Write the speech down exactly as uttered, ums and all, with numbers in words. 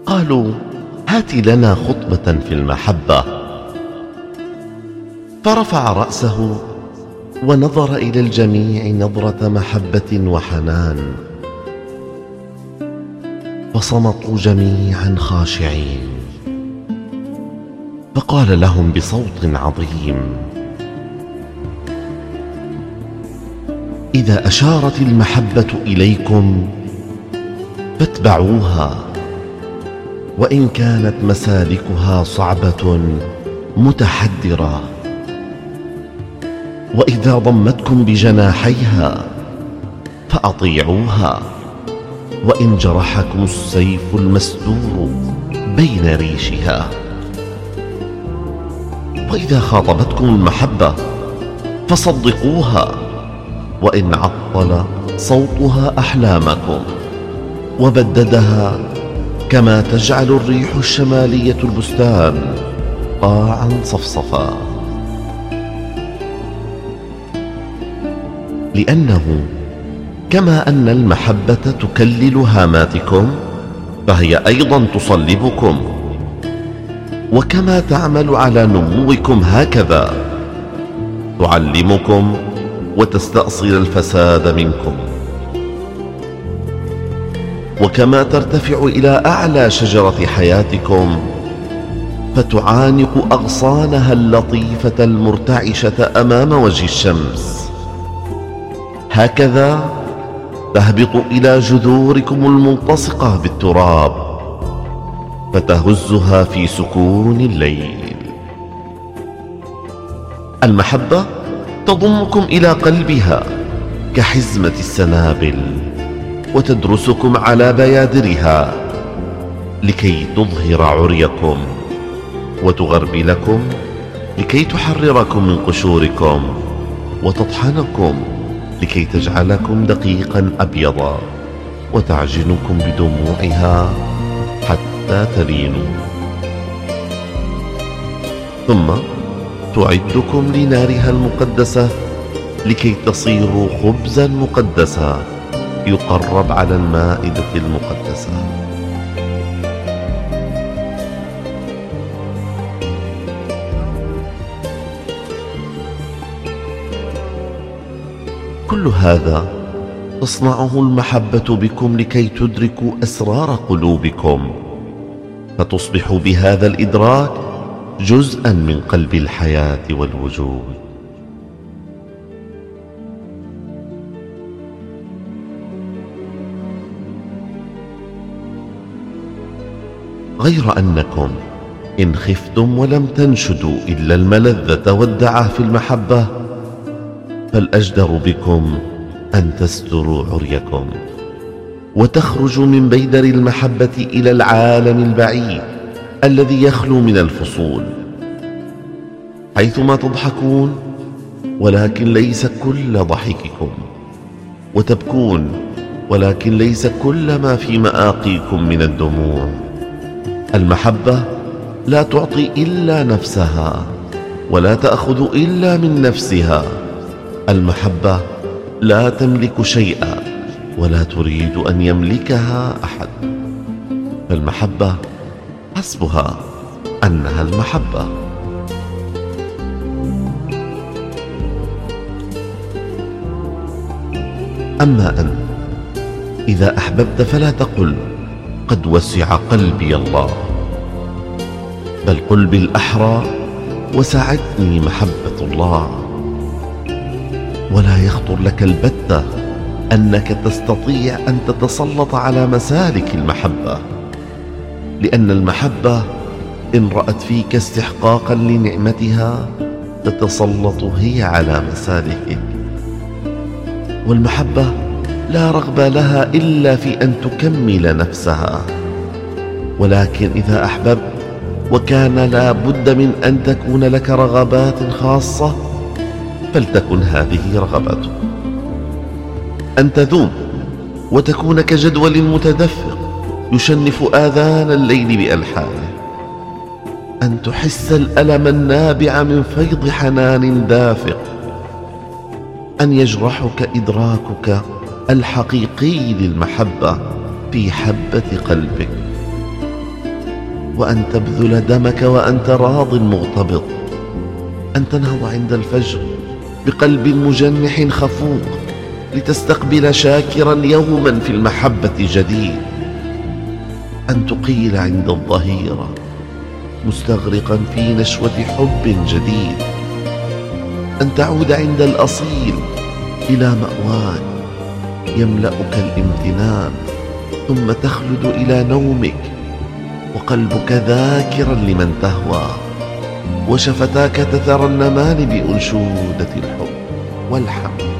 قالوا: هات لنا خطبة في المحبة. فرفع رأسه ونظر إلى الجميع نظرة محبة وحنان، فصمتوا جميعا خاشعين. فقال لهم بصوت عظيم: إذا أشارت المحبة إليكم فاتبعوها، وإن كانت مسالكها صعبة متحدرة، وإذا ضمتكم بجناحيها فأطيعوها، وإن جرحكم السيف المسدور بين ريشها. وإذا خاطبتكم المحبة فصدقوها، وإن عطل صوتها أحلامكم وبددها كما تجعل الريح الشمالية البستان قاعا صفصفا. لأنه كما أن المحبة تكلل هاماتكم فهي أيضا تصلبكم، وكما تعمل على نموكم هكذا تعلمكم وتستأصل الفساد منكم. وكما ترتفع إلى أعلى شجرة حياتكم فتعانق أغصانها اللطيفة المرتعشة أمام وجه الشمس، هكذا تهبط إلى جذوركم الملتصقة بالتراب فتهزها في سكون الليل. المحبة تضمكم إلى قلبها كحزمة السنابل، وتدرسكم على بيادرها لكي تظهر عريكم، وتغربلكم لكي تحرركم من قشوركم، وتطحنكم لكي تجعلكم دقيقا أبيضا، وتعجنكم بدموعها حتى تلينوا، ثم تعدكم لنارها المقدسة لكي تصيروا خبزا مقدسا يقرب على المائدة المقدسة. كل هذا تصنعه المحبة بكم لكي تدركوا أسرار قلوبكم، فتصبحوا بهذا الإدراك جزءا من قلب الحياة والوجود. غير أنكم إن خفتم ولم تنشدوا إلا الملذة والدعة في المحبة فالأجدر بكم أن تستروا عريكم وتخرجوا من بيدر المحبة إلى العالم البعيد الذي يخلو من الفصول، حيثما تضحكون ولكن ليس كل ضحككم، وتبكون ولكن ليس كل ما في مآقيكم من الدموع. المحبة لا تعطي إلا نفسها ولا تأخذ إلا من نفسها. المحبة لا تملك شيئا ولا تريد أن يملكها أحد، فالمحبة حسبها أنها المحبة. أما أنت إذا أحببت فلا تقل قد وسع قلبي الله، بل قل بالأحرى وسعتني محبة الله. ولا يخطر لك البتة أنك تستطيع أن تتسلط على مسالك المحبة، لأن المحبة إن رأت فيك استحقاقا لنعمتها تتسلط هي على مسالكك. والمحبة لا رغبة لها إلا في أن تكمل نفسها، ولكن إذا أحببت وكان لا بد من أن تكون لك رغبات خاصة فلتكن هذه رغبتك: أن تذوب وتكون كجدول متدفق يشنف آذان الليل بألحانه، أن تحس الألم النابع من فيض حنان دافق، أن يجرحك إدراكك الحقيقي للمحبة في حبة قلبك، وأن تبذل دمك وأنت راض مغتبط، أن تنهض عند الفجر بقلب مجنح خفوق لتستقبل شاكرا يوما في المحبة جديد، أن تقيل عند الظهيرة مستغرقا في نشوة حب جديد، أن تعود عند الأصيل إلى مأواك يملأك الامتنان، ثم تخلد إلى نومك وقلبك ذاكرا لمن تهوى، وشفتاك تترنمان بأنشودة الحب والحمد.